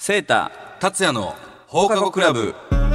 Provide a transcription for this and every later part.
セータ達也の放課後クラブ。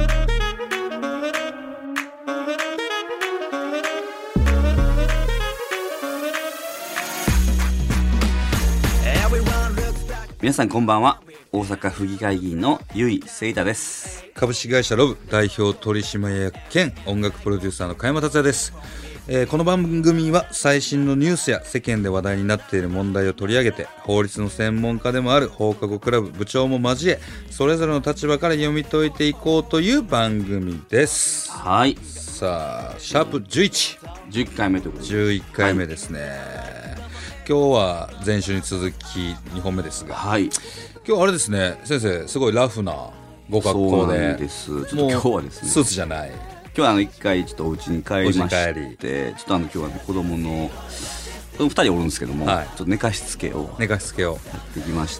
皆さんこんばんは。大阪府議会議員の由井セイタです。 株式会社ロブ代表取締役兼音楽プロデューサーの加山達也です。この番組は最新のニュースや世間で話題になっている問題を取り上げて、法律の専門家でもある放課後クラブ部長も交え、それぞれの立場から読み解いていこうという番組です。 はい。 さあシャープ 11回目ということで 11回目ですね、はい、今日は前週に続き2本目ですが、 はい、 今日あれですね、先生すごいラフなご格好で。 そうなんです。ちょっと今日はですね、 スーツじゃない、 今日は一回ちょっとお家に帰りまして、ちょっと今日は、子供の2人おるんですけども、はい、ちょっと寝かしつけをやってきまして、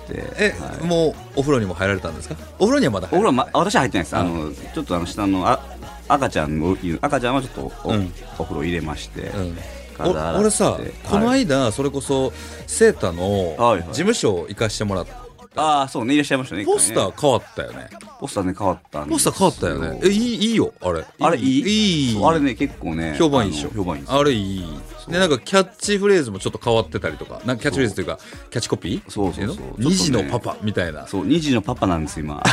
はい、もうお風呂にも入られたんですか？お風呂にはまだ入られてない。 私は入ってないです。ちょっと下の赤ちゃんはちょっと お風呂入れまして、 俺さ、この間それこそセータの事務所行かしてもらって、 ああそうね、いらっしゃいましたね。 ポスター変わったよね。 ポスターね変わったんです。 ポスター変わったよね。いいよあれ。 あれいい。あれね結構ね評判いいでしょ。 評判いいです。 あれいい。でなんかキャッチフレーズもちょっと変わってたりとか、なんかキャッチフレーズというかキャッチコピー？ そう 2児のパパみたいな。 そう2児のパパなんです今。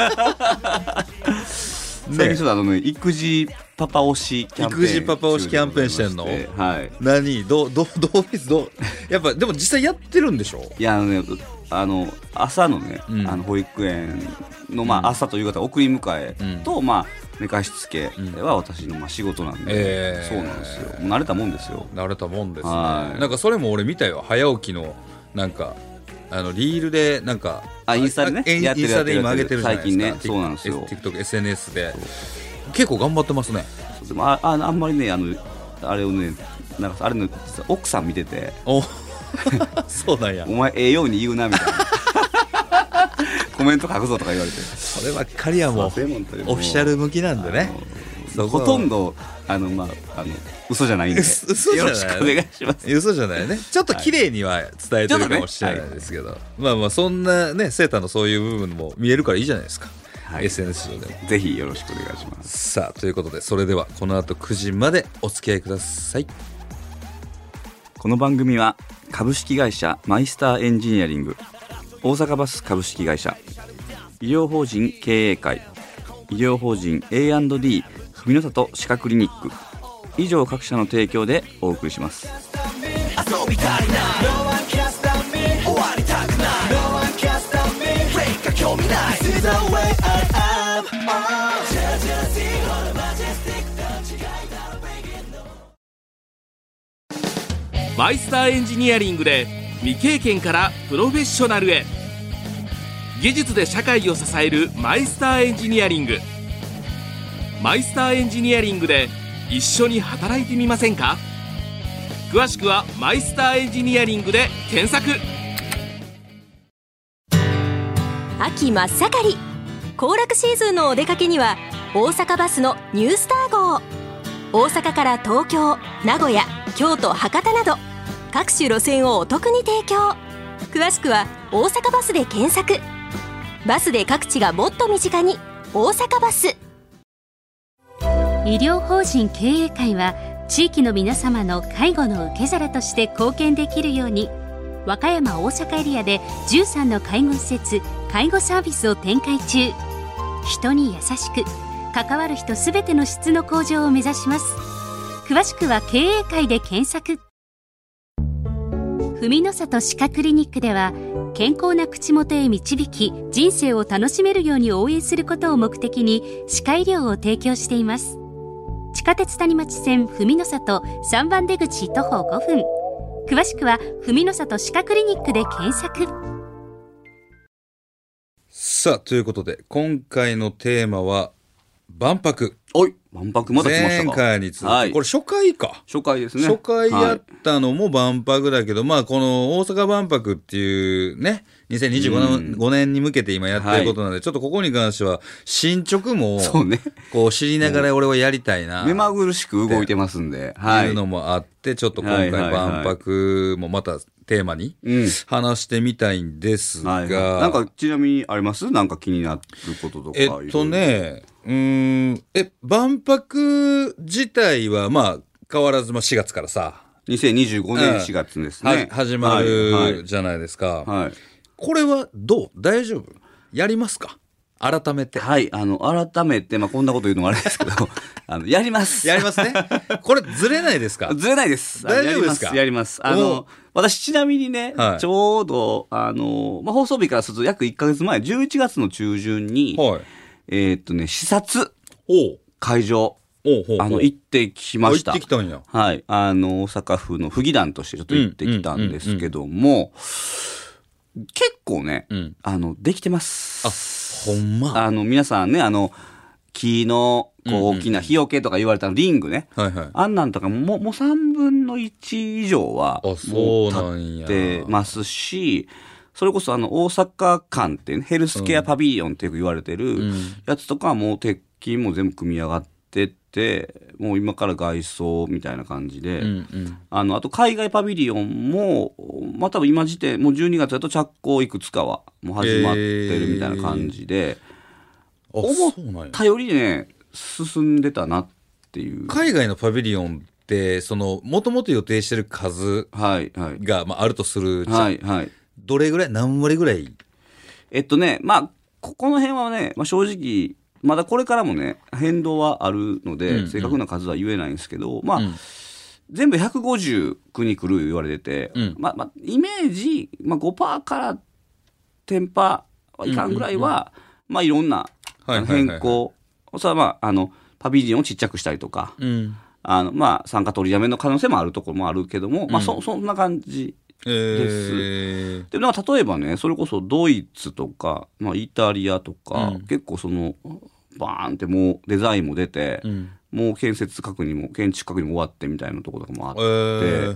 最近ちょっと育児パパ推しキャンペーン。 育児パパ推しキャンペーンしてんの？ はい。 何どうやっぱでも実際やってるんでしょ？ いや朝のね、保育園の朝と夕方送り迎えと寝かしつけは私の仕事なんで、そうなんですよ。慣れたもんですよ。 慣れたもんですね。なんかそれも俺見たよ。早起きのなんかリールでなんかインスタでねインスタで今上げてるじゃないですか。 最近ね。そうなんですよ。 TikTok、SNS で結構頑張ってますね。 でもあんまりねあれをねなんかあれの奥さん見ててそうなんや。 お前ように言うなみたいなコメント書くぞとか言われて、 そればっかりはもうオフィシャル向きなんでね。 ほとんど嘘じゃないんでよろしくお願いします。 嘘じゃないね。ちょっと綺麗には伝えてるかもしれないですけど、そんなねセーターのそういう部分も見えるからいいじゃないですか。SNS 上でもぜひよろしくお願いします。 さあということで、それではこの後9時までお付き合いください。 この番組は株式会社マイスターエンジニアリング、大阪バス株式会社、医療法人経営会、医療法人 A&D 文の里歯科クリニック以上各社の提供でお送りします。遊びたいな No one can stop me 終わりたくない No one can stop me フェイクが興味ない This is the way I am Just see all the majestic 段違いだろ Begin のマイスターエンジニアリングで未経験からプロフェッショナルへ。技術で社会を支えるマイスターエンジニアリング。マイスターエンジニアリングで一緒に働いてみませんか？詳しくはマイスターエンジニアリングで検索。 秋真っ盛り、行楽シーズンのお出かけには大阪バスのニュースター号。大阪から東京、名古屋、京都、博多など各種路線をお得に提供。詳しくは大阪バスで検索。バスで各地がもっと身近に。大阪バス。 医療法人経営会は地域の皆様の介護の受け皿として貢献できるように、和歌山大阪エリアで13の介護施設介護サービスを展開中。人に優しく関わる人すべての質の向上を目指します。詳しくは経営会で検索。文の里歯科クリニックでは健康な口元へ導き、人生を楽しめるように応援することを目的に歯科医療を提供しています。地下鉄谷町線文の里3番出口徒歩5分。詳しくは文の里歯科クリニックで検索。 さあということで今回のテーマは万博。 万博まだ来ましたか。 前回に続き、 はい、 これ初回か。 初回ですね。 初回やったのも万博だけど、まあこの大阪万博っていうね、2025年に向けて今やってることなので、ちょっとここに関しては進捗もそうね、 こう知りながら俺はやりたいな。 目まぐるしく動いてますんで、 いうのもあって、ちょっと今回万博もまたテーマに話してみたいんですが、 なんかちなみにあります？なんか気になることとか。 万博自体はまあ変わらず4月からさ、 2025年4月ですね。 始まるじゃないですか。はい。これは大丈夫？やりますか？改めて。 はい。改めて、まあ、こんなこと言うのもあれですけど、やります。 やりますね。これずれないですか？ ずれないです。 大丈夫ですか？ やります。私ちなみにね、ちょうど、放送日からすると約1ヶ月前、11月の中旬に、視察、会場、行ってきました。 行ってきたんや。 はい。大阪府の府議団としてちょっと行ってきたんですけども、結構ね、できてます。 ほんま。 皆さんね、木の、大きな日よけとか言われたリングね。あんなんとかもう3分の1以上は、もう立ってますし、それこそ大阪間ってね、ヘルスケアパビリオンってよく言われてるやつとかはもう鉄筋も全部組み上がってて、もう今から外装みたいな感じで、あと海外パビリオンも、まあ多分今時点、もう12月だと着工いくつかはもう始まってるみたいな感じで、思ったよりね、進んでたなっていう。 海外のパビリオンって、もともと予定してる数が、まあ、あるとするじゃん。どれぐらい、何割ぐらい？ まあ、この辺はね、まあ、正直、まだこれからもね、変動はあるので、正確な数は言えないんですけど、まあ、全部150国来る言われてて、まあ、イメージ、まあ、5% から10% はいかんぐらいは、まあ、いろんな変更、それはまあ、パビリオンをちっちゃくしたりとか、まあ、参加取りやめの可能性もあるところもあるけども、まあ、そんな感じです。で、なんか例えばね、それこそドイツとか、まあ、イタリアとか、結構バーンってもうデザインも出て、もう建築確認も終わってみたいなところとかもあって、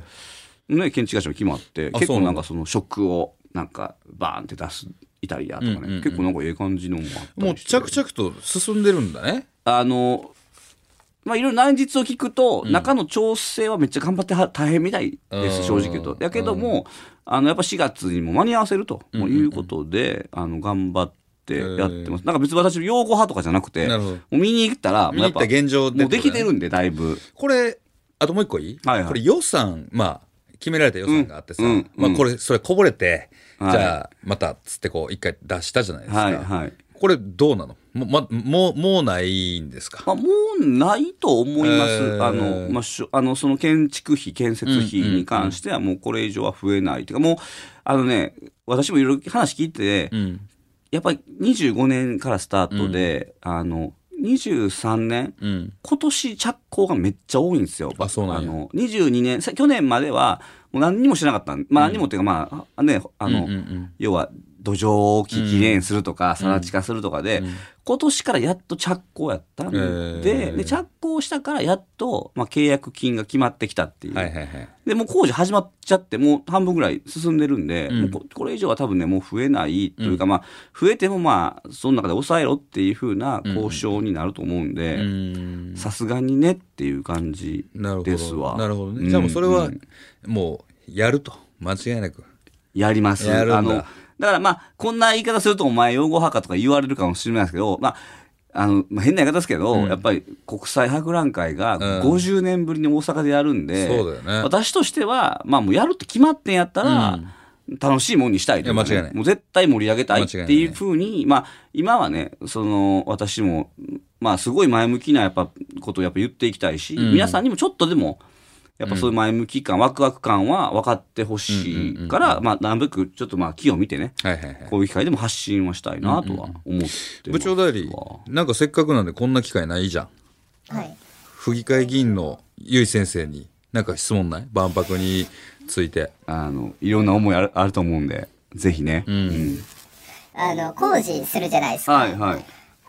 ね、建築会社も決まって、結構なんか食をなんかバーンって出すイタリアとかね、結構なんかええ感じのもあったりして。 もう着々と進んでるんだね。 まあ、いろいろ内実を聞くと、中の調整はめっちゃ頑張って大変みたいです、正直言うと。やけども、やっぱ4月にも間に合わせるということで、頑張ってやってます。なんか別に私、擁護派とかじゃなくて、もう見に行ったら、 見に行った現状もうできてるんで、だいぶ。 これ、あともう一個いい？これ予算、まあ、決められた予算があってさ、まあそれこぼれて、じゃあ、また、つって一回出したじゃないですか。これどうなの？もうないんですか？ もうないと思います。その建設費に関してはもうこれ以上は増えないというか、もう、私もいろいろ話聞いて、やっぱり25年からスタートで、23年、今年着工がめっちゃ多いんですよ。 そうなんや。 22年、去年まではもう何にもしなかったまあ何にもっていうか、まあね、要は、土壌をきれいにするとか、更地化するとかで、今年からやっと着工やったんで、着工したからやっと、まあ、契約金が決まってきたっていう。で、もう工事始まっちゃって、もう半分ぐらい進んでるんで、もうこれ以上は多分ね、もう増えないというか、まあ、増えてもまあ、その中で抑えろっていう風な交渉になると思うんで、さすがにねっていう感じですわ。 なるほどね。じゃあもうそれは、もう、やると。間違いなく。 やります。 やるんだ。 だからまあ、こんな言い方するとお前擁護派かとか言われるかもしれないですけど、まあ、変な言い方ですけど、やっぱり国際博覧会が50年ぶりに大阪でやるんで、 そうだよね。 私としては、まあもうやるって決まってんやったら、楽しいもんにしたいというか、 間違いない。 もう絶対盛り上げたいっていうふうに、まあ、今はね、私も、まあすごい前向きなことをやっぱ言っていきたいし、皆さんにもちょっとでも、やっぱそういう前向き感、ワクワク感は分かってほしいから、まあ、なるべくちょっとまあ、気を見てね、こういう機会でも発信はしたいなとは思ってます。 部長代理、なんかせっかくなんでこんな機会ないじゃん。はい。府議会議員の結衣先生に、なんか質問ない？万博について。 いろんな思いあると思うんで、ぜひね。 工事するじゃないですか。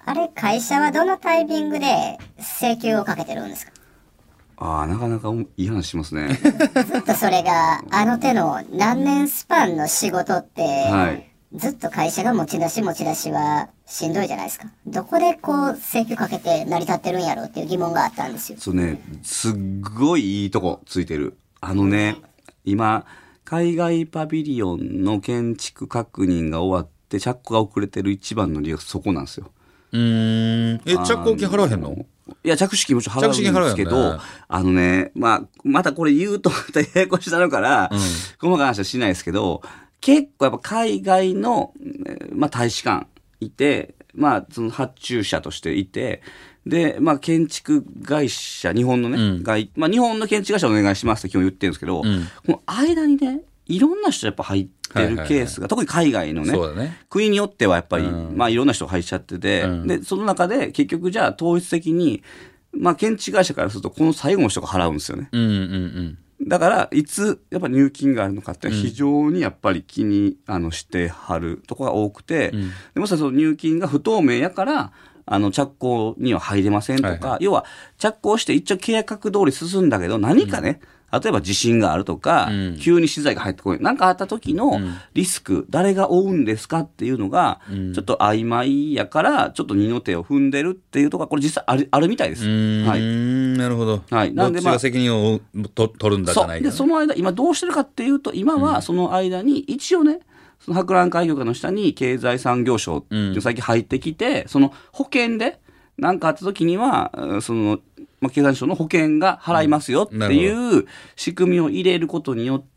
あれ、会社はどのタイミングで請求をかけてるんですか？ なかなかいい話しますね。 ずっとそれが、あの手の何年スパンの仕事って、 はい。 ずっと会社が持ち出しはしんどいじゃないですか。どこでこう請求かけて成り立ってるんやろうっていう疑問があったんですよ。 そうね、すっごいいいとこついてる。今、海外パビリオンの建築確認が終わって着工が遅れてる一番の理由はそこなんですよ。 着工金払わへんの？ いや、着手金もちろん払うんですけど、またこれ言うとまたややこしなるから、細かい話はしないですけど、結構やっぱ海外の、大使館いて、その発注者としていて、で、建築会社、日本のね、日本の建築会社お願いしますって基本言ってるんですけど、この間にね、いろんな人やっぱ入ってるケースが、特に海外のね、国によってはやっぱり、いろんな人が入っちゃってて、で、その中で結局じゃあ統一的に、建築会社からするとこの最後の人が払うんですよね。だからいつやっぱ入金があるのかって非常にやっぱり気にしてはるところが多くて、でもその入金が不透明やから着工には入れませんとか、要は着工して一応計画通り進んだけど何かね、例えば地震があるとか、急に資材が入ってこない。なんかあった時のリスク、誰が負うんですかっていうのが、ちょっと曖昧やから、ちょっと二の手を踏んでるっていうところが、これ実際あるみたいです。はい。 なるほど。 はい。 なんでどっちが責任を取るんだじゃないか、 で、その間、今どうしてるかっていうと、今はその間に、一応ね、その博覧会業界の下に経済産業省って最近入ってきて、その保険で、なんかあった時には、経産省の保険が払いますよっていう仕組みを入れることによって、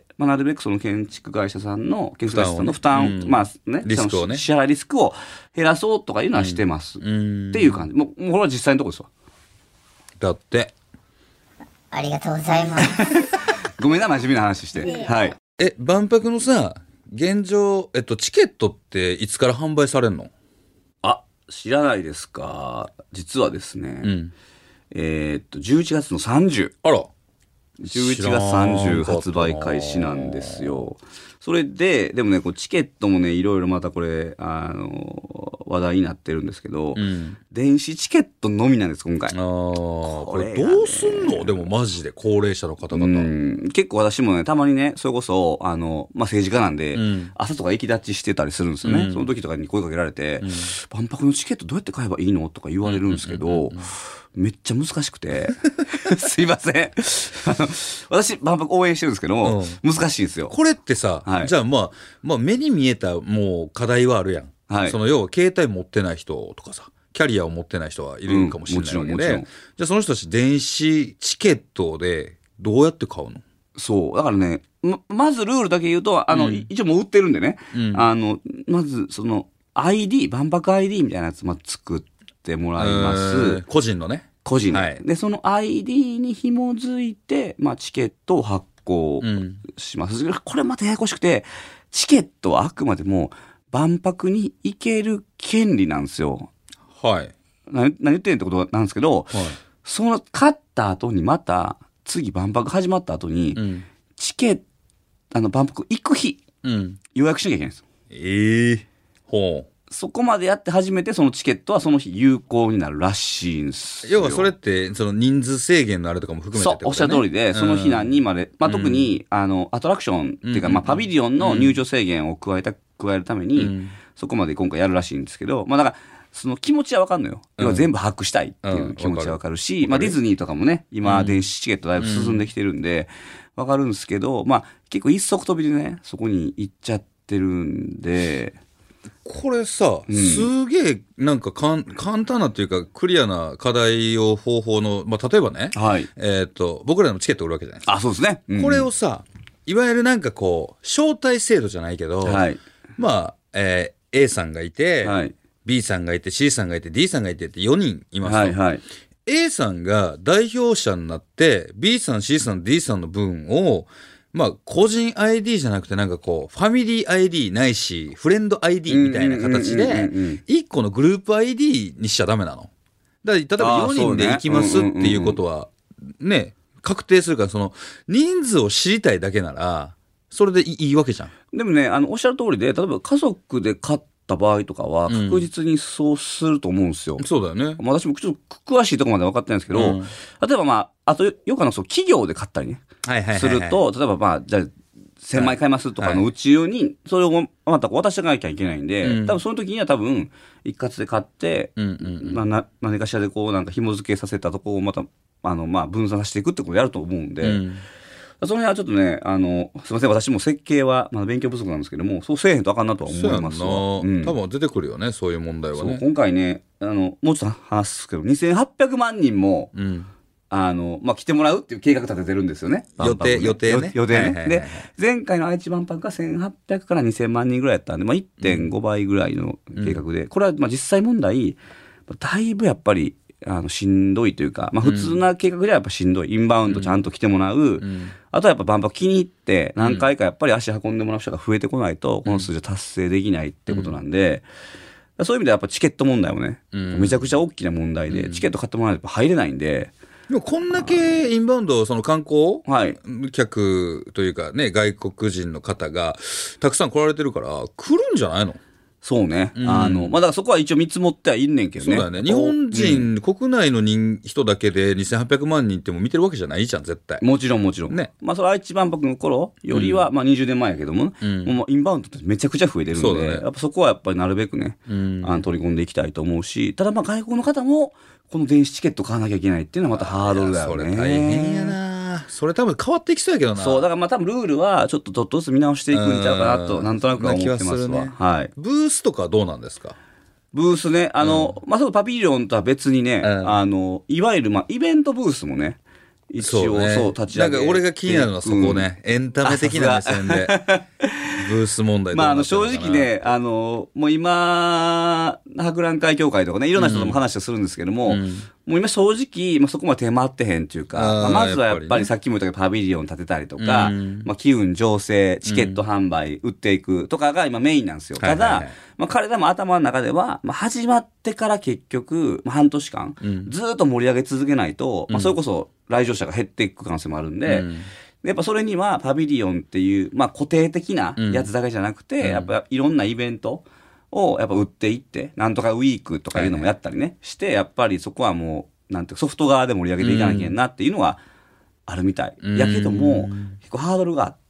なるべくその建築会社さんの負担、 リスクをね、 支払いリスクを減らそうとかいうのはしてます。っていう感じ。もうこれは実際のところですわ。 だって。 ありがとうございます。 ごめんな、真面目な話して。はい。 万博のさ、現状、チケットっていつから販売されるの？ 知らないですか。実はですね、11月の30。 あら。 11月30発売開始なんですよ。それで、でもね、チケットもね、いろいろまたこれ、話題になってるんですけど、電子チケットのみなんです、今回。 これどうすんの？でもマジで高齢者の方々。 結構私もね、たまにね、それこそ、政治家なんで、朝とか駅立ちしてたりするんですよね。その時とかに声かけられて、万博のチケットどうやって買えばいいのとか言われるんですけど、めっちゃ難しくてすいません私万博応援してるんですけど、難しいんですよ。 これってさ、じゃあ目に見えたもう課題はあるやん、その要は携帯持ってない人とかさ、キャリアを持ってない人はいるかもしれないわけで、じゃあその人たち電子チケットでどうやって買うの？ そうだからね、まずルールだけ言うと一応もう売ってるんでね、まずその ID 万博 ID みたいなやつ作ってもらいます。 個人のね。 個人で、その ID に紐づいて、チケットを発行します。これまたややこしくて、チケットはあくまでも万博に行ける権利なんですよ。 はい。 何言ってんってことなんですけど、その買った後にまた、次万博始まった後に、チケット、万博行く日、予約しなきゃいけないんです。 ほう。 そこまでやって初めてそのチケットはその日有効になるらしいんですよ。 要はそれってその人数制限のあれとかも含めてってことね。 そう、おっしゃる通りで、その日何人まで、特にアトラクションっていうか、パビリオンの入場制限を加えるために、そこまで今回やるらしいんですけど、だからその気持ちはわかんのよ。要は全部把握したいっていう気持ちはわかるし、ディズニーとかもね、今電子チケットだいぶ進んできてるんでわかるんですけど、結構一足飛びでね、そこに行っちゃってるんで。 これさ、すげえなんか簡単なというかクリアな課題を方法の、例えばね、僕らのチケット売るわけじゃないですか。 そうですね。 これをさ、いわゆるなんかこう招待制度じゃないけど、A さんがいて、B さんがいて C さんがいて D さんがいてって4人いますと。A さんが代表者になって B さん C さん D さんの分を個人 ID じゃなくてなんかこう、ファミリー ID ないし、フレンド ID みたいな形で、1個のグループ ID にしちゃダメなの。だから、例えば4人で行きますっていうことは、ね、確定するから、その、人数を知りたいだけなら、それでいいわけじゃん。 でもね、おっしゃる通りで、例えば家族で買っった場合とかは確実にそうすると思うんですよ。 そうだよね。 私もちょっと詳しいところまで分かってないんですけど、例えばまあ、あとよく企業で買ったりね、すると、例えばまあ、じゃあ、1000枚買いますとかのうちに、それをまた渡していかなきゃいけないんで、多分その時には多分、一括で買って、何かしらでこうなんか紐付けさせたとこをまた、まあ分散させていくってことをやると思うんで、その辺はちょっとね、すいません、私も設計はまだ勉強不足なんですけども、そうせえへんとあかんなとは思いますわ。 多分出てくるよね、そういう問題はね。 今回ね、もうちょっと話すけど、2800万人も、まあ、来てもらうっていう計画立ててるんですよね。 予定ね。 で、前回の愛知万博が1800から2000万人ぐらいやったんで、まあ、1.5 倍ぐらいの計画で、これはまあ実際問題、だいぶやっぱり、しんどいというか、まあ、普通な計画ではやっぱしんどい。インバウンドちゃんと来てもらう。あとはやっぱ万博気に入って、何回かやっぱり足運んでもらう人が増えてこないと、この数字は達成できないってことなんで、そういう意味ではやっぱチケット問題もね、めちゃくちゃ大きな問題で、チケット買ってもらわないと入れないんで、 でもこんだけインバウンド、その観光客というかね、外国人の方がたくさん来られてるから来るんじゃないの？ そうね。まあだからそこは一応見積もってはいんねんけどね。 そうだね。日本人、国内の人だけで2800万人っても見てるわけじゃないじゃん、絶対。 もちろん。ね。まあそれ愛知万博の頃よりは、まあ20年前やけども、もうインバウンドってめちゃくちゃ増えてるんで、やっぱそこはやっぱりなるべくね、取り込んでいきたいと思うし、ただまあ外国の方も、この電子チケット買わなきゃいけないっていうのはまたハードルだよね。 それ大変やな。それ多分変わっていきそうやけどな。 そう、だからまあ多分ルールはちょっとずつ見直していくんちゃうかなと、なんとなくは思ってますわ。はい。 ブースとかどうなんですか？ ブースね、まあそうパビリオンとは別にね、いわゆるまあイベントブースもね、一応そう立ち上げて。 なんか俺が気になるのはそこね、エンタメ的な目線で。ブース問題まあ正直ね、もう今、博覧会協会とかね、いろんな人とも話をするんですけども、もう今正直、まあ、そこまで手間ってへんっていうか、まずはやっぱりさっきも言ったけどパビリオン建てたりとか、まあ機運醸成、チケット販売、売っていくとかが今メインなんですよ。ただ、まあ彼らも頭の中では、まあ始まってから結局、まあ半年間、ずっと盛り上げ続けないと、まあそれこそ来場者が減っていく可能性もあるんで、やっぱそれにはパビリオンっていう、まあ固定的なやつだけじゃなくて、やっぱいろんなイベントをやっぱ売っていって、なんとかウィークとかいうのもやったりね、して、やっぱりそこはもう、なんていうかソフト側で盛り上げていかなきゃいけないなっていうのはあるみたい。やけども、結構ハードルがあって、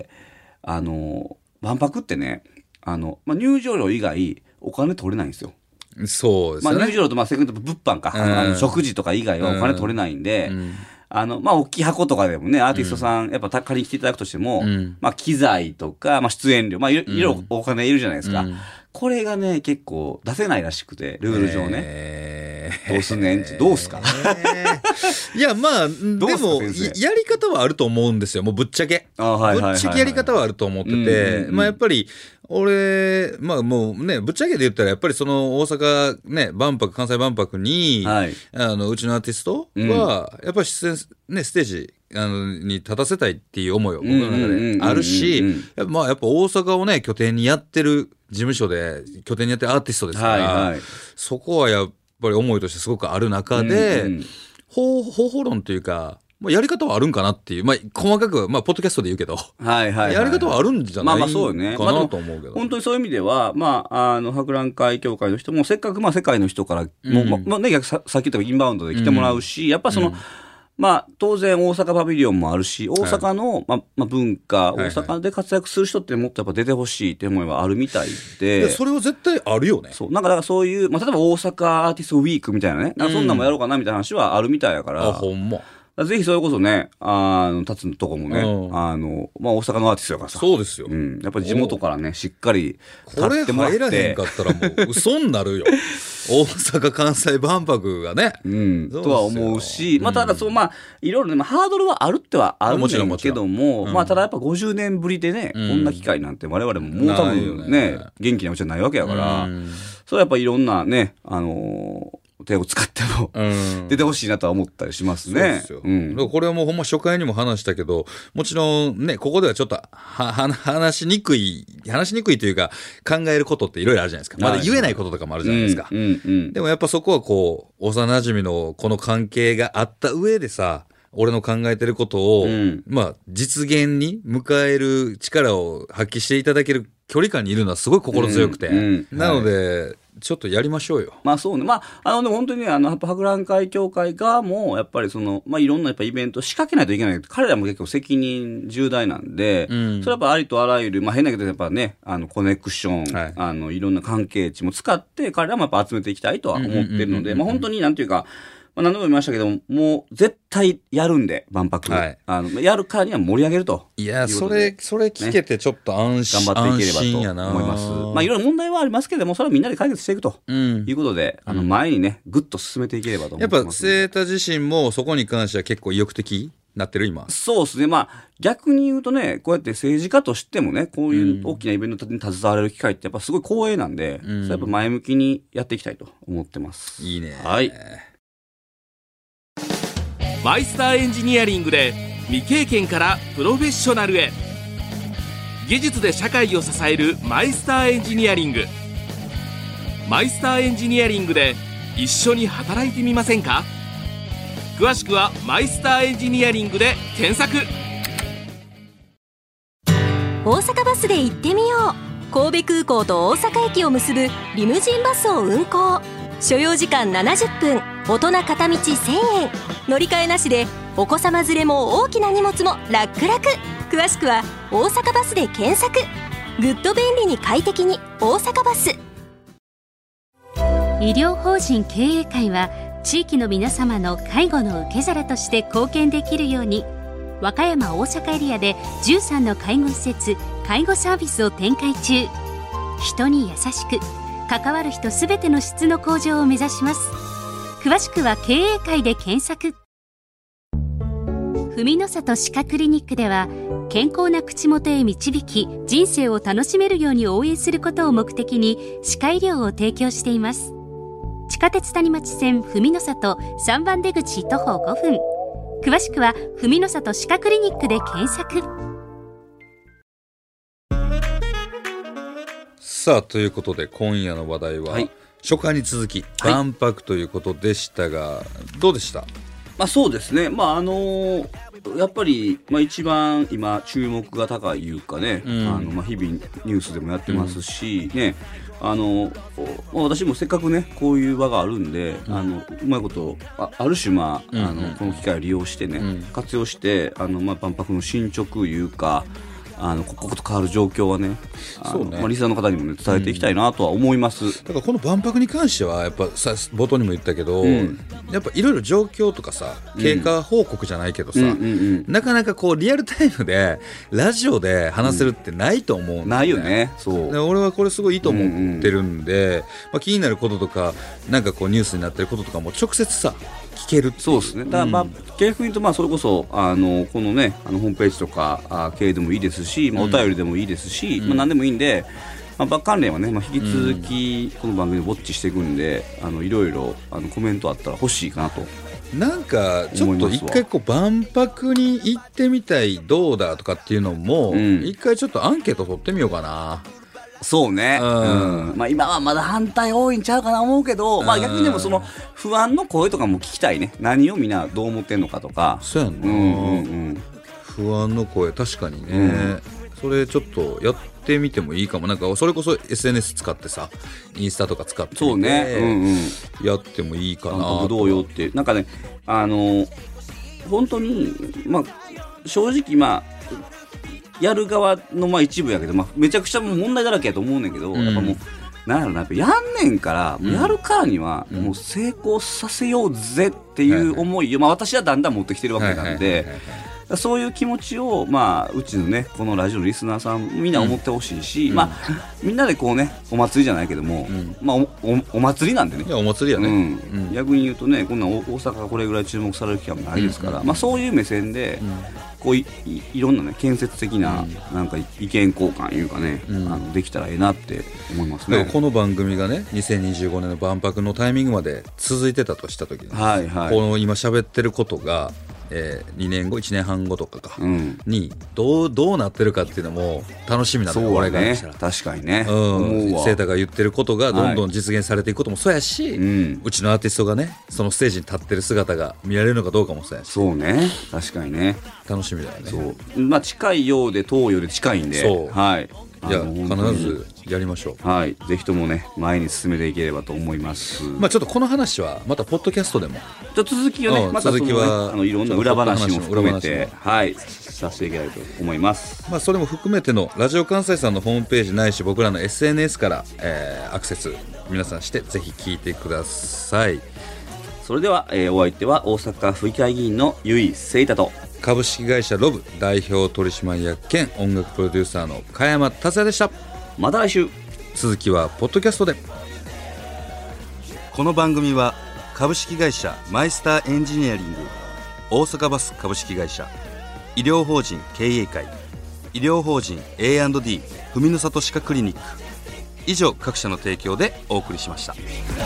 万博ってね、まあ入場料以外お金取れないんですよ。 そうですね。 まあ入場料とまあセグンド物販か、食事とか以外はお金取れないんで、まあ、大きい箱とかでもね、アーティストさん、やっぱ借りに来ていただくとしても、まあ、機材とか、まあ、出演料、まあ、いろいろお金いるじゃないですか。これがね、結構出せないらしくて、ルール上ね。どうすんねんどうすかいや、まあ、でも、やり方はあると思うんですよ。もうぶっちゃけ。ぶっちゃけやり方はあると思ってて、まあ、やっぱり、俺、まあもうね、ぶっちゃけで言ったら、やっぱりその大阪ね、関西万博に、うちのアーティストは、やっぱり出演、ね、ステージ、に立たせたいっていう思いは僕の中であるし、まあやっぱ大阪をね、拠点にやってる事務所で、拠点にやってるアーティストですから、そこはやっぱり思いとしてすごくある中で、方法論というか、まあ、やり方はあるんかなっていう、まあ、細かく、まあ、ポッドキャストで言うけど、やり方はあるんじゃないかなと思うけど。 本当にそういう意味では、まあ、博覧会協会の人も、せっかく、まあ、世界の人から、まあね、さっき言ったインバウンドで来てもらうし、やっぱその、まあ、当然大阪パビリオンもあるし、大阪の、まあ、文化、大阪で活躍する人ってもっとやっぱ出てほしいって思いはあるみたいで。 それは絶対あるよね。 そう。なんか、だからそういう、まあ、例えば大阪アーティストウィークみたいなね、なんかそんなんもやろうかなみたいな話はあるみたいやから。 ほんま。 ぜひそれこそね、立つとこもね、まあ大阪のアーティストやからさ。 そうですよ。 やっぱり地元からね、しっかり立ってもらって。これ入らへんかったらもう嘘になるよ。大阪・関西万博がね。 とは思うし、まあただそう、まあ、いろいろね、まあハードルはあるってはあるんだけども、まあただやっぱ50年ぶりでね、こんな機会なんて我々ももう多分ね、元気なうちはないわけやから、それやっぱいろんなね、手を使っても出てほしいなとは思ったりしますね。 そうですよ。これはもうほんま初回にも話したけど、もちろんね、ここではちょっと話しにくいというか、考えることっていろいろあるじゃないですか。まだ言えないこととかもあるじゃないですか。でもやっぱそこはこう、幼馴染のこの関係があった上でさ、 俺の考えてることを、 うんまあ実現に迎える力を発揮していただける距離感にいるのはすごい心強くて、なので、ちょっとやりましょうよ。 まあそうね。まあ、でも本当にね、博覧会協会側も、やっぱりまあいろんなやっぱイベント仕掛けないといけない。彼らも結構責任重大なんで、それはやっぱありとあらゆる、まあ変だけどやっぱね、コネクション、 はいいろんな関係値も使って、彼らもやっぱ集めていきたいとは思ってるので、まあ本当になんていうか、まあ、何度も言いましたけどもう絶対やるんで万博、 はいやるからには盛り上げるといや、それ聞けてちょっと安心、 頑張っていければとやな思います。まあいろいろ問題はありますけども、それはみんなで解決していくということで、前にねぐっと進めていければと思やってぱっます。 セータ自身もそこに関しては結構意欲的になってる今。 そうですね。まあ逆に言うとね、こうやって政治家としてもね、こういう大きなイベントに携われる機会ってやっぱすごい光栄なんで、それやっぱ前向きにやっていきたいと思ってます。 いいね。 はい。 マイスターエンジニアリングで未経験からプロフェッショナルへ。技術で社会を支えるマイスターエンジニアリング。マイスターエンジニアリングで一緒に働いてみませんか。詳しくはマイスターエンジニアリングで検索。 大阪バスで行ってみよう。神戸空港と大阪駅を結ぶリムジンバスを運行。所要時間70分、大人片道1000円。乗り換えなしでお子様連れも大きな荷物も楽々。詳しくは大阪バスで検索。グッド便利に快適に大阪バス。 医療法人経営会は地域の皆様の介護の受け皿として貢献できるように、和歌山大阪エリアで13の介護施設、介護サービスを展開中。人に優しく関わる人すべての質の向上を目指します。詳しくは経営会で検索。文の里歯科クリニックでは、健康な口元へ導き人生を楽しめるように応援することを目的に歯科医療を提供しています。地下鉄谷町線文の里3番出口徒歩5分。詳しくは文の里歯科クリニックで検索。 さあということで今夜の話題は、初回に続き万博ということでしたが、どうでした？ まあそうですね。まあやっぱり、まあ、一番今注目が高いいうかね、まあ日々ニュースでもやってますし、ね、私もせっかくねこういう場があるんで、うまいことある種まあ、この機会を利用してね、活用してまあ万博の進捗いうか刻々と変わる状況はね、 そうね、 まあ、リスナーの方にも、ね、伝えていきたいなとは思います。 だからこの万博に関してはやっぱさ冒頭にも言ったけど、やっぱいろいろ状況とかさ経過報告じゃないけどさ、なかなかこうリアルタイムでラジオで話せるってないと思うんだよね。 ないよね。そうで俺はこれすごいいいと思ってるんで、まあ、気になることとかなんかこうニュースになってることとかも直接さ聞ける。 そうですね。だからまあ逆に言うとまあそれこそこのねホームページとか経営でもいいですし、まあ、お便りでもいいですし、まあ、何でもいいんで、まあ、バック関連はね、まあ、引き続きこの番組でウォッチしていくんで、いろいろコメントあったら欲しいかなと。 なんかちょっと一回こう万博に行ってみたいどうだとかっていうのも、一回ちょっとアンケート取ってみようかな。 そうね、まあ、今はまだ反対多いんちゃうかな思うけど、まあ、逆にでもその不安の声とかも聞きたいね。何をみんなどう思ってんのかとか。 そうやんな、不安の声確かにね、それちょっとやってみてもいいかも。なんかそれこそ SNS 使ってさインスタとか使ってみてそうね、 やってもいいかな。 万博どうよってなんかね本当にまあ正直まあやる側のまあ一部やけど、まあ、めちゃくちゃもう問題だらけやと思うねんけど、やっぱもうなんやろな、やっぱやんねんから、やるからにはもう成功させようぜっていう思いを、まあ、私はだんだん持ってきてるわけなんで、そういう気持ちを、まあ、うちのねこのラジオのリスナーさんみんな思ってほしいし、まあ、みんなでこうねお祭りじゃないけども、まあ、お祭りなんでね。 いやお祭りやね、 逆に言うとねこんな大阪がこれぐらい注目される機会もないですから、まあ、そういう目線で、こういろんなね建設的ななんか意見交換いうかね、できたらええなって思いますね。 だからこの番組がね2025年の万博のタイミングまで続いてたとした時に、この今喋ってることが 2年後1年半後とかか、 うんにどうなってるかっていうのも楽しみなのよ、 そう俺だねからしたら。 確かにね、 うん、 思うわセータが言ってることがどんどん実現されていくこともそうやし、 うんうちのアーティストがねそのステージに立ってる姿が見られるのかどうかもそうやし、 そうね確かにね楽しみだよね。 そうまあ近いようで遠いようで近いんでそうはいいや本当に必ずやりましょう。 はいぜひともね前に進めていければと思います。 まあちょっとこの話はまたポッドキャストでもじゃあ続きをね、 うんまたそのね続きはいろんな裏話も含めて裏話もはいさせていけたらと思います。 まあそれも含めてのラジオ関西さんのホームページないし僕らの SNS から、アクセス皆さんしてぜひ聞いてください。 それでは、お相手は大阪府議会議員の由井聖太と株式会社ロブ代表取締役兼音楽プロデューサーの加山達也でした。 また来週。 続きはポッドキャストで。この番組は株式会社マイスターエンジニアリング、大阪バス株式会社、医療法人経営会、医療法人 A&D 文の里歯科クリニック以上各社の提供でお送りしました。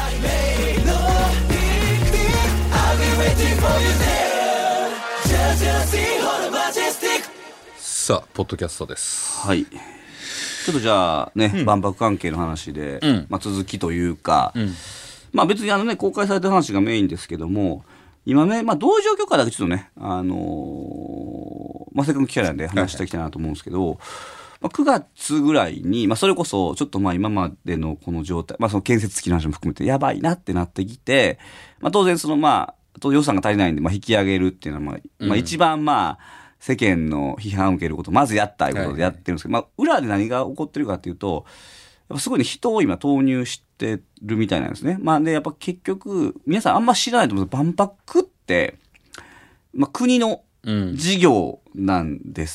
さあポッドキャストです。 はい。ちょっとじゃあね、万博関係の話で、まあ、続きというか、まあ別にね、公開された話がメインですけども、今ね、まあどういう状況かだけちょっとね、まあせっかく機会なんで話していきたいなと思うんですけど、まあ、9月ぐらいに、まあそれこそちょっとまあ今までのこの状態、まあその建設費の話も含めてやばいなってなってきて、まあ当然そのまあ、予算が足りないんで、まあ引き上げるっていうのはまあ一番まあ、世間の批判を受けることをまずやったということでやってるんですけど、まあ裏で何が起こってるかっていうと、やっぱすごいね、人を今投入してるみたいなんですね。まあで、やっぱ結局、皆さんあんま知らないと思うんですけど、万博って、まあ国の事業なんです。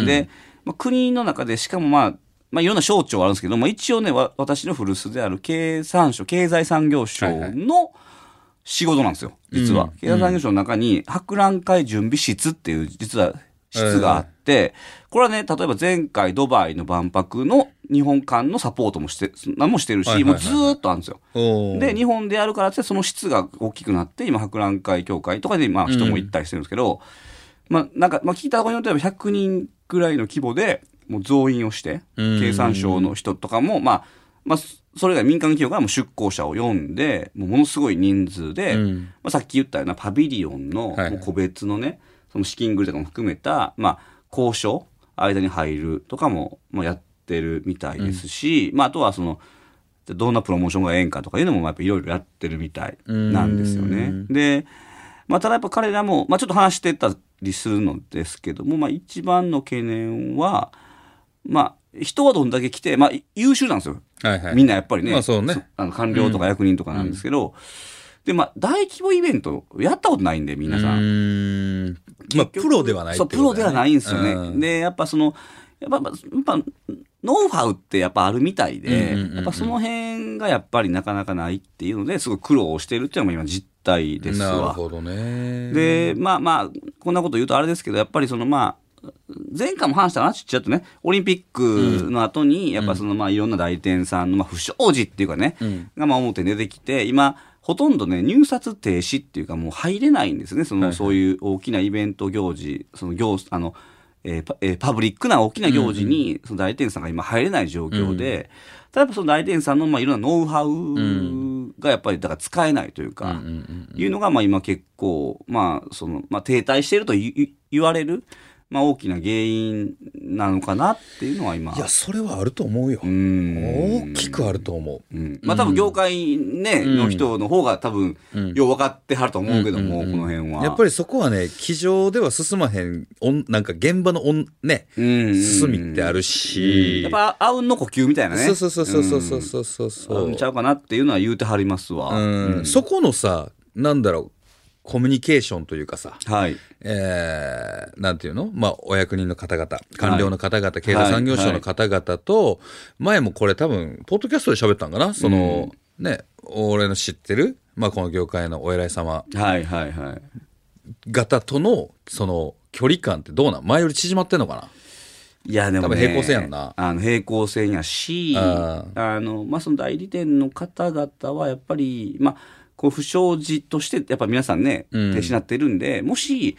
で、まあ、国の中でしかもまあいろんな省庁あるんですけど、まあ一応ね、私の古巣である経産省、経済産業省の仕事なんですよ、実は。経済産業省の中に博覧会準備室っていう実は室があって、これはね、例えば前回ドバイの万博の日本館のサポートも何もしてるし、もうずーっとあるんですよ。で、日本でやるからってその室が大きくなって、今博覧会協会とかでまあ人も行ったりしてるんですけど、まあなんか、まあ聞いたところによっては100人ぐらいの規模でもう増員をして、経産省の人とかも、まあ、それが民間企業からも出向者を呼んで、ものすごい人数で、まあさっき言ったようなパビリオンのもう個別のね、その資金繰りとかも含めた、まあ、交渉、間に入るとかも、まあ、やってるみたいですし、まあ、あとはその、どんなプロモーションがええんかとかいうのも、やっぱいろいろやってるみたいなんですよね。で、まあ、ただやっぱ彼らも、まあ、ちょっと話してたりするのですけども、まあ、一番の懸念は、まあ、人はどんだけ来て、まあ、優秀なんですよ。みんなやっぱりね、 まあそうね、 官僚とか役人とかなんですけど、で、まあ、大規模イベント、やったことないんで、皆さん。 まあ、プロではないってことだよね。 そう、プロではないんですよね。で、やっぱその、やっぱ、ノウハウってやっぱあるみたいで、やっぱその辺がやっぱりなかなかないっていうので、すごい苦労をしてるっていうのが今実態ですわ。 なるほどね。 で、まあ、こんなこと言うとあれですけど、やっぱりそのまあ、前回も話したな、ちょっとね、オリンピックの後に、やっぱそのまあいろんな代理店さんのまあ不祥事っていうかね、がまあ表に出てきて、今、ほとんどね、入札停止っていうかもう入れないんですね。そういう大きなイベント行事、パブリックな大きな行事に、その代理店さんが今入れない状況で、ただやっぱその代理店さんのまあいろんなノウハウがやっぱりだから使えないというか、いうのがまあ今結構、まあ停滞していると言われる、まあ大きな原因なのかなっていうのは今。 いや、それはあると思うよ。大きくあると思う。 まあ多分業界ね、の人の方が多分、よう分かってはると思うけども、この辺は。 やっぱりそこはね、机上では進まへん、なんか現場のね、進みってあるし。 やっぱ、あうんの呼吸みたいなね。 そう。 あうんちゃうかなっていうのは言うてはりますわ。 そこのさ、なんだろう、コミュニケーションというかさ、 はい。 なんていうの、まあ、お役人の方々、官僚の方々、経済産業省の方々と、前もこれ多分、ポッドキャストで喋ったんかな、その、ね、俺の知ってる、まあ、この業界のお偉い様、方との、その、距離感ってどうなん？前より縮まってんのかな？ いやでもね、 多分平行線やんな。 平行線やし、まあ、その代理店の方々はやっぱり、まあ、こう不祥事としてやっぱ皆さんね、停止になってるんで、もし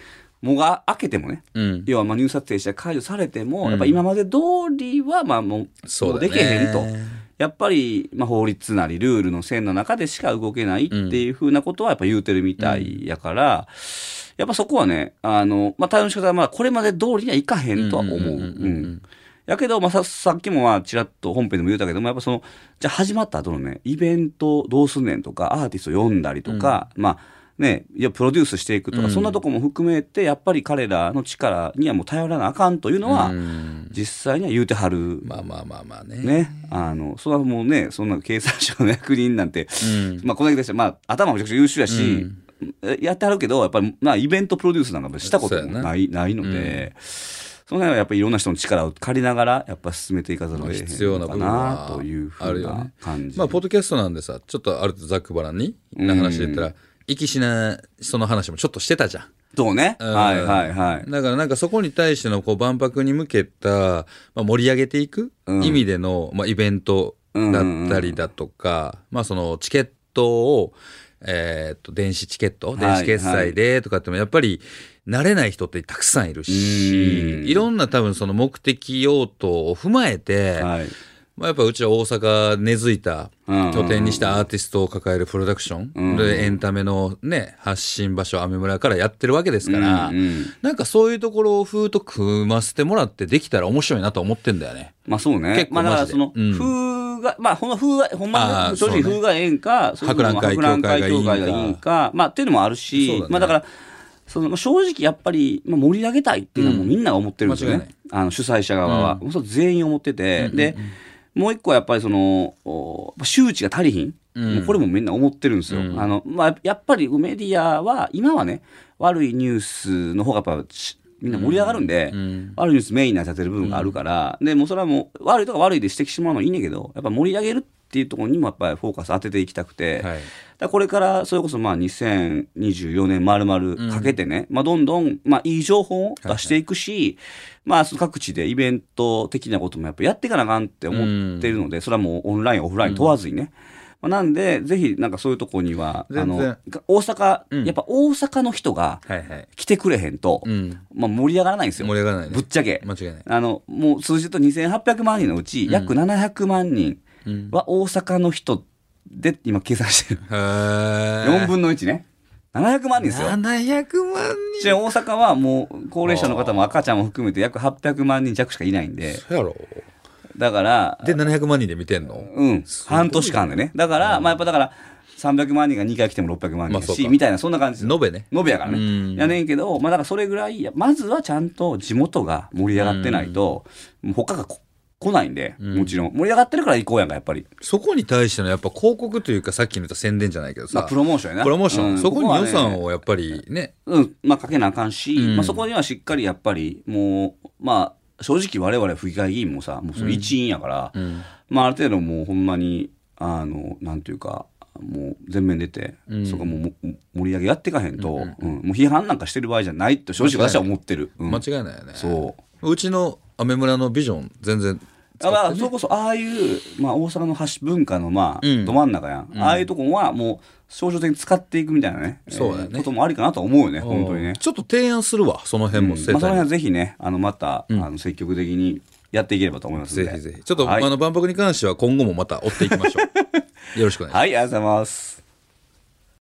もが開けてもね、要はまあ入札停止が解除されても、やっぱ今まで通りはまあもうできへんと。やっぱり、まあ、法律なりルールの線の中でしか動けないっていうふうなことはやっぱ言うてるみたいやから、やっぱそこはね、まあ、対応の仕方はまあこれまで通りにはいかへんとは思う。やけど、まあ、さっきもまあちらっと本編でも言ったけども、やっぱその、じゃあ始まった後のね、イベントどうすんねんとか、アーティスト呼んだりとか、まあ、ね、いやプロデュースしていくとか、そんなとこも含めてやっぱり彼らの力にはもう頼らなあかんというのは、実際には言うてはる。 まあね。 それはもうね、そんな経産省の役人なんて、まあこのだけでしたら、まあ頭もめちゃくちゃ優秀やし、やってはるけど、やっぱりまあイベントプロデュースなんかしたこともないので、その辺はやっぱりいろんな人の力を借りながらやっぱ進めていかざるを得へんのかなというふうな感じ。 まあポッドキャストなんでさ、ちょっとある程度ざっくばらんにな話で言ったら、生きしなその話もちょっとしてたじゃん。 そうね。はい。 だからなんかそこに対してのこう万博に向けた、まあ、盛り上げていく意味での、まあ、イベントだったりだとか、まあそのチケットを、電子チケット、電子決済でとかってもやっぱり慣れない人ってたくさんいるし、いろんな多分その目的用途を踏まえて、まあ、やっぱうちは大阪根付いた拠点にしたアーティストを抱えるプロダクションでエンタメのね発信場所アメ村からやってるわけですから、なんかそういうところを風と組ませてもらってできたら面白いなと思ってんだよね。 まあそうね。 結構マジで。 まあだからその風が、まあほんま正直風がええんか、 博覧会協会がいいんか、 まあっていうのもあるし、まあだからその正直やっぱり盛り上げたいっていうのはもうみんなが思ってるんですよね。主催者側は、それ全員思ってて、で。もう一個はやっぱりその周知が足りひん、もうこれもみんな思ってるんですよ。まあ、やっぱりメディアは今はね悪いニュースの方がやっぱみんな盛り上がるんで、悪いニュースメインになっちゃってる部分があるから、でもうそれはもう悪いとか悪いで指摘してもらうのはいいねんけど、やっぱ盛り上げるっていうところにもやっぱりフォーカス当てていきたくて、だからこれからそれこそまあ2024年丸々かけてね、まあどんどんまあいい情報を出していくし、まあ各地でイベント的なこともやっぱやっていかなあかんって思ってるので、それはもうオンラインオフライン問わずにね、なんでぜひなんかそういうところには大阪、やっぱ大阪の人が来てくれへんと、まあ盛り上がらないんですよ。 盛り上がらないね。 ぶっちゃけ。 間違いない。 もう数字と2800万人のうち約700万人は大阪の人で今計算してる。4分の1ね。700万人ですよ。 700万人。 大阪はもう高齢者の方も赤ちゃんも含めて約800万人弱しかいないんで。 そうやろ。 だから。 で、700万人で見てんの？ 半年間でね。だから、まあやっぱだから、300万人が2回来ても600万人だし、みたいな、そんな感じです。 延べね。 延べやからね。やねんけど、まあだからそれぐらい、まずはちゃんと地元が盛り上がってないと、他が来ないんで、もちろん。盛り上がってるから行こうやんか、やっぱり。 そこに対してのやっぱ広告というか、さっきの言った宣伝じゃないけどさ。 まあプロモーションやな。 プロモーション。そこに予算をやっぱりね。 まあかけなあかんし、まあそこにはしっかりやっぱり、もう、まあ、正直我々府議会議員もさ、もうその一員やから、まあある程度もうほんまに、なんていうか、もう全面出て、そこも盛り上げやっていかへんと、もう批判なんかしてる場合じゃないと正直私は思ってる。 間違いないよね。 そう。 うちのアメ村のビジョン全然それこそああいう、まあ、大阪の文化のまあ、ど真ん中やん、ああいうとこはもう象徴的に使っていくみたいなね、 そうだね、 こともありかなと思うよね、本当にね。 ちょっと提案するわ、その辺も。 その辺はぜひね、また、積極的にやっていければと思いますので。 ぜひぜひ。ちょっと、万博に関しては今後もまた追っていきましょう。よろしくお願いします。 はい、ありがとうございます。